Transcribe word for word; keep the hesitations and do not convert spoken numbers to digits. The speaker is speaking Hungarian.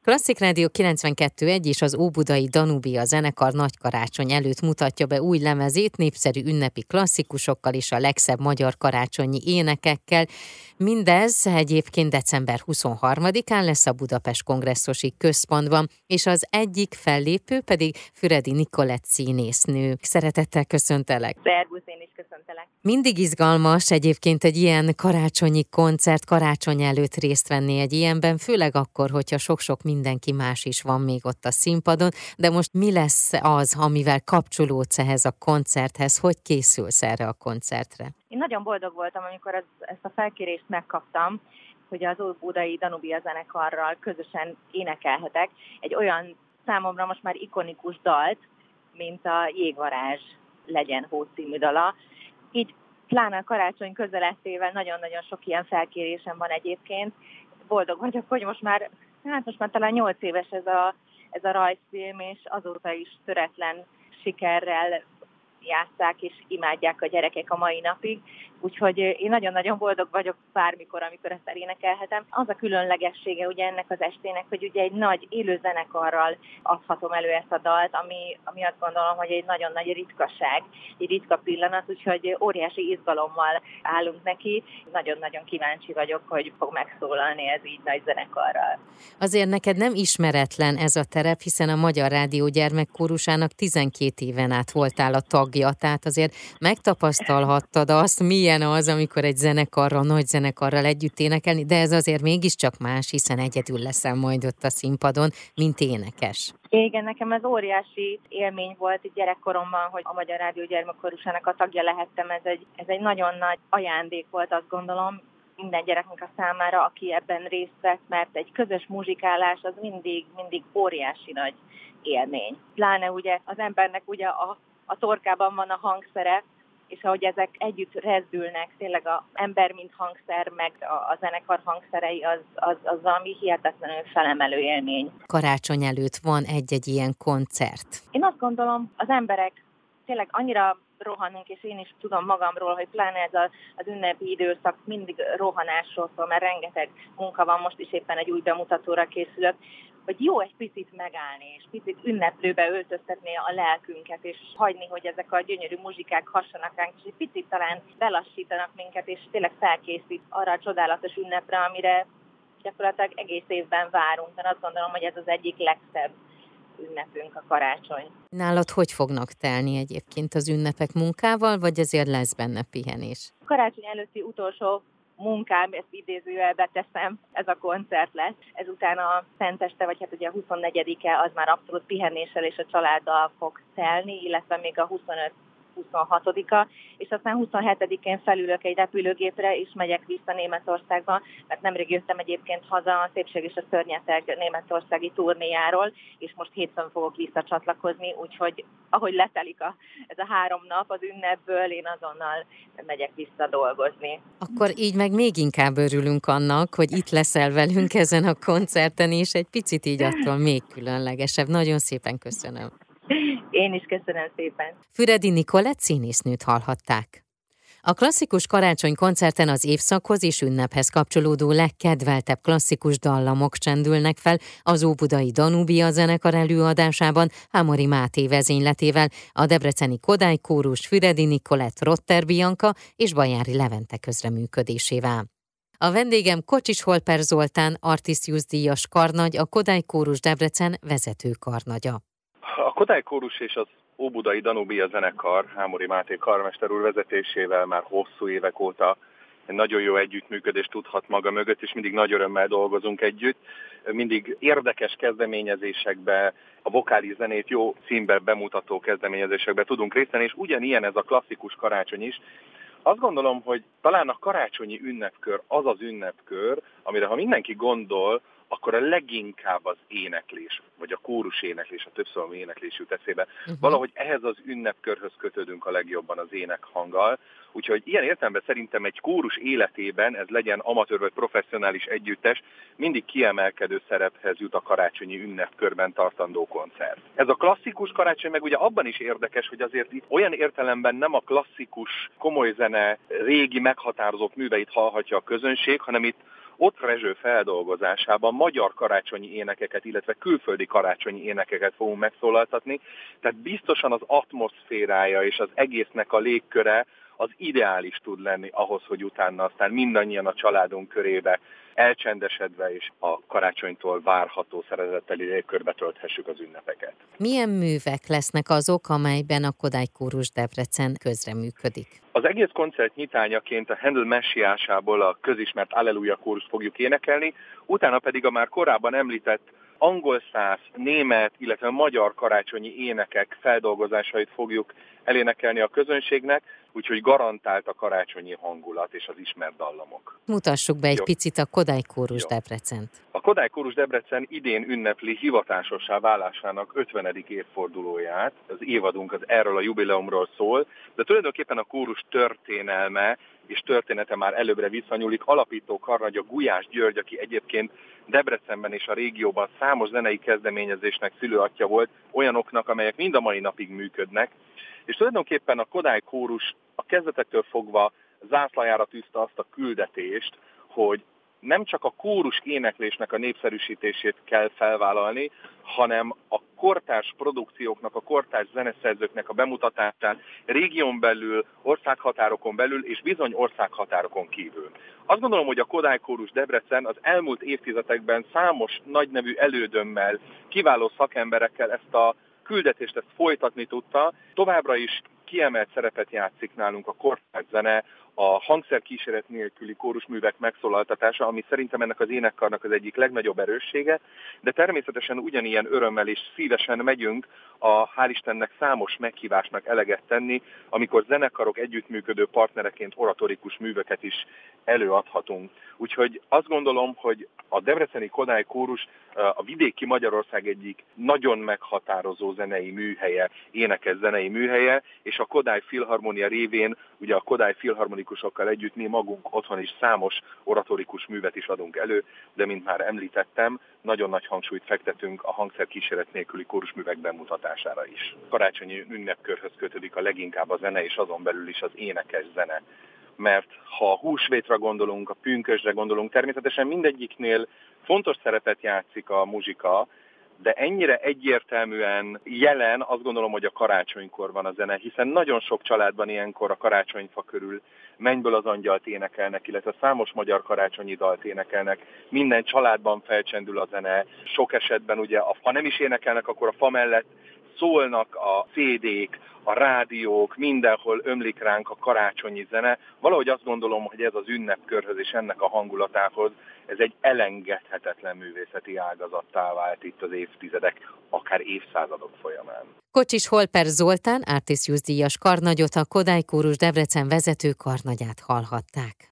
Klasszik Rádió kilencvenkettő egy és az Óbudai Danubia zenekar nagy karácsony előtt mutatja be új lemezét népszerű ünnepi klasszikusokkal és a legszebb magyar karácsonyi énekekkel. Mindez egyébként december huszonharmadikán lesz a Budapest Kongresszusi Központban, és az egyik fellépő pedig Füredi Nikolett színésznő. Szeretettel köszöntelek! Szervusz, én is köszöntelek! Mindig izgalmas egyébként egy ilyen karácsonyi koncert, karácsony előtt részt venni egy ilyenben, főleg akkor, hogyha sok-sok mindenki más is van még ott a színpadon, de most mi lesz az, amivel kapcsolódsz ehhez a koncerthez, hogy készülsz erre a koncertre? Én nagyon boldog voltam, amikor ez, ezt a felkérést megkaptam, hogy az Óbudai Danubia zenekarral közösen énekelhetek egy olyan számomra most már ikonikus dalt, mint a Jégvarázs legyen hó című dala. Így pláne a karácsony közelettével nagyon-nagyon sok ilyen felkérésem van egyébként. Boldog vagyok, hogy most már, hát most már talán nyolc éves ez a, ez a rajzfilm, és azóta is töretlen sikerrel játsszák és imádják a gyerekek a mai napig. Úgyhogy én nagyon-nagyon boldog vagyok bármikor, amikor ezt elénekelhetem. Az a különlegessége ugye ennek az estének, hogy ugye egy nagy élő zenekarral adhatom elő ezt a dalt, ami, ami azt gondolom, hogy egy nagyon nagy ritkaság, egy ritka pillanat, úgyhogy óriási izgalommal állunk neki. Nagyon-nagyon kíváncsi vagyok, hogy fog megszólalni ez így nagy zenekarral. Azért neked nem ismeretlen ez a terep, hiszen a Magyar Rádió gyermekkórusának tizenkét éven át voltál a tagja, tehát azért megtapasztalhattad azt, milyen az, amikor egy zenekarral, nagy zenekarral együtt énekelni, de ez azért mégiscsak más, hiszen egyedül leszel majd ott a színpadon, mint énekes. Igen, nekem ez óriási élmény volt itt gyerekkoromban, hogy a Magyar Rádió gyermekkorusának a tagja lehettem. Ez egy, ez egy nagyon nagy ajándék volt, azt gondolom, minden gyereknek a számára, aki ebben részt vett, mert egy közös muzsikálás az mindig, mindig óriási nagy élmény. Pláne ugye az embernek ugye a, a torkában van a hangszere, és ahogy ezek együtt rezdülnek, tényleg az ember mint hangszer, meg a, a zenekar hangszerei, az, az, az valami hihetetlenül felemelő élmény. Karácsony előtt van egy-egy ilyen koncert. Én azt gondolom, az emberek tényleg annyira rohanunk, és én is tudom magamról, hogy pláne ez a, az ünnepi időszak mindig rohanásról szól, mert rengeteg munka van, most is éppen egy új bemutatóra készülök, hogy jó egy picit megállni, és picit ünneplőbe öltöztetni a lelkünket, és hagyni, hogy ezek a gyönyörű muzsikák hassanak ránk, és egy picit talán belassítanak minket, és tényleg felkészít arra a csodálatos ünnepre, amire gyakorlatilag egész évben várunk, mert azt gondolom, hogy ez az egyik legszebb ünnepünk, a karácsony. Nálad hogy fognak telni egyébként az ünnepek, munkával, vagy ezért lesz benne pihenés? A karácsony előtti utolsó munkám, ezt idézőjelbe teszem, ez a koncert lesz. Ezután a szenteste, vagy hát ugye a huszonnegyedike az már abszolút pihenéssel és a családdal fog telni, illetve még a huszonöt huszonhatodika, és aztán huszonhetedikén felülök egy repülőgépre, és megyek vissza Németországba, mert nemrég jöttem egyébként haza a Szépség és a Szörnyeteg németországi turnéjáról, és most hétfőn fogok visszacsatlakozni, úgyhogy ahogy letelik a, ez a három nap az ünnepből, én azonnal megyek vissza dolgozni. Akkor így meg még inkább örülünk annak, hogy itt leszel velünk ezen a koncerten, és egy picit így attól még különlegesebb. Nagyon szépen köszönöm. Én is köszönöm szépen. Füredi Nikolett színésznőt hallhatták. A klasszikus karácsony koncerten az évszakhoz és ünnephez kapcsolódó legkedveltebb klasszikus dallamok csendülnek fel az Óbudai Danubia zenekar előadásában Hámori Máté vezényletével, a debreceni Kodály Kórus Füredi Nikolett Rotter Bianca és Bajári Levente közreműködésével. A vendégem Kocsis Holper Zoltán, Artisius díjas karnagy, a Kodály Kórus Debrecen vezető karnagya. A Kodály Kórus és az Óbudai Danubia zenekar Hámori Máté karmester úr vezetésével már hosszú évek óta egy nagyon jó együttműködést tudhat maga mögött, és mindig nagy örömmel dolgozunk együtt. Mindig érdekes kezdeményezésekbe, a vokális zenét jó színbe bemutató kezdeményezésekbe tudunk részt venni, és ugyanilyen ez a klasszikus karácsony is. Azt gondolom, hogy talán a karácsonyi ünnepkör az az ünnepkör, amire ha mindenki gondol, akkor a leginkább az éneklés, vagy a kórus éneklés, a többszóló éneklés jut eszébe. Uh-huh. Valahogy ehhez az ünnepkörhöz kötődünk a legjobban az énekhanggal. Úgyhogy ilyen értelemben szerintem egy kórus életében, ez legyen amatőr vagy professzionális együttes, mindig kiemelkedő szerephez jut a karácsonyi ünnepkörben tartandó koncert. Ez a klasszikus karácsony meg ugye abban is érdekes, hogy azért itt olyan értelemben nem a klasszikus komoly zene régi meghatározott műveit hallhatja a közönség, hanem itt Ott Rezső feldolgozásában magyar karácsonyi énekeket, illetve külföldi karácsonyi énekeket fogunk megszólaltatni, tehát biztosan az atmoszférája és az egésznek a légköre az ideális tud lenni ahhoz, hogy utána aztán mindannyian a családunk körébe elcsendesedve és a karácsonytól várható szeretetteli légkörbe tölthessük az ünnepeket. Milyen művek lesznek azok, amelyben a Kodály Kórus Debrecen közreműködik? Az egész koncert nyitányaként a Handel messiásából a közismert Alleluja kórust fogjuk énekelni, utána pedig a már korábban említett angol száz, német, illetve magyar karácsonyi énekek feldolgozásait fogjuk elénekelni a közönségnek, úgyhogy garantált a karácsonyi hangulat és az ismert dallamok. Mutassuk be egy Jó. picit a Kodály Kórus Jó. Debrecent. A Kodály Kórus Debrecen idén ünnepli hivatásossá válásának ötvenedik évfordulóját. Az évadunk az erről a jubileumról szól, de tulajdonképpen a kórus történelme és története már előbbre visszanyúlik. Alapító karnagya Gulyás György, aki egyébként Debrecenben és a régióban számos zenei kezdeményezésnek szülőatja volt, olyanoknak, amelyek mind a mai napig működnek. És tulajdonképpen a Kodály Kórus a kezdetektől fogva zászlajára tűzte azt a küldetést, hogy nem csak a kórus éneklésnek a népszerűsítését kell felvállalni, hanem a kortárs produkcióknak, a kortárs zeneszerzőknek a bemutatásán régión belül, országhatárokon belül és bizony országhatárokon kívül. Azt gondolom, hogy a Kodály Kórus Debrecen az elmúlt évtizedekben számos nagynevű elődömmel, kiváló szakemberekkel ezt a küldetést ezt folytatni tudta. Továbbra is kiemelt szerepet játszik nálunk a kortárs zene, a hangszerkíséret nélküli kórusművek megszólaltatása, ami szerintem ennek az énekkarnak az egyik legnagyobb erőssége, de természetesen ugyanilyen örömmel és szívesen megyünk a hál' Istennek számos meghívásnak eleget tenni, amikor zenekarok együttműködő partnereként oratorikus műveket is előadhatunk. Úgyhogy azt gondolom, hogy a debreceni Kodály Kórus a vidéki Magyarország egyik nagyon meghatározó zenei műhelye, énekes zenei műhelye, és a Kodály Filharmonia révén, ugye a Kodály filharmonikusokkal együtt mi magunk otthon is számos oratorikus művet is adunk elő, de mint már említettem, nagyon nagy hangsúlyt fektetünk a hangszerkíséret nélküli kórusművek bemutatására is. Karácsonyi ünnepkörhöz kötődik a leginkább a zene, és azon belül is az énekes zene. Mert ha a húsvétra gondolunk, a pünkösdre gondolunk, természetesen mindegyiknél fontos szerepet játszik a muzsika, de ennyire egyértelműen jelen azt gondolom, hogy a karácsonykor van a zene, hiszen nagyon sok családban ilyenkor a karácsonyfa körül Mennyből az angyalt énekelnek, illetve számos magyar karácsonyi dalt énekelnek. Minden családban felcsendül a zene, sok esetben ugye, ha nem is énekelnek, akkor a fa mellett szólnak a cé dék, a rádiók, mindenhol ömlik ránk a karácsonyi zene. Valahogy azt gondolom, hogy ez az ünnepkörhöz és ennek a hangulatához, ez egy elengedhetetlen művészeti ágazattá vált itt az évtizedek, akár évszázadok folyamán. Kocsis Holper Zoltán, Artisius díjas karnagyot, a Kodály Kórus Debrecen vezető karnagyát hallhatták.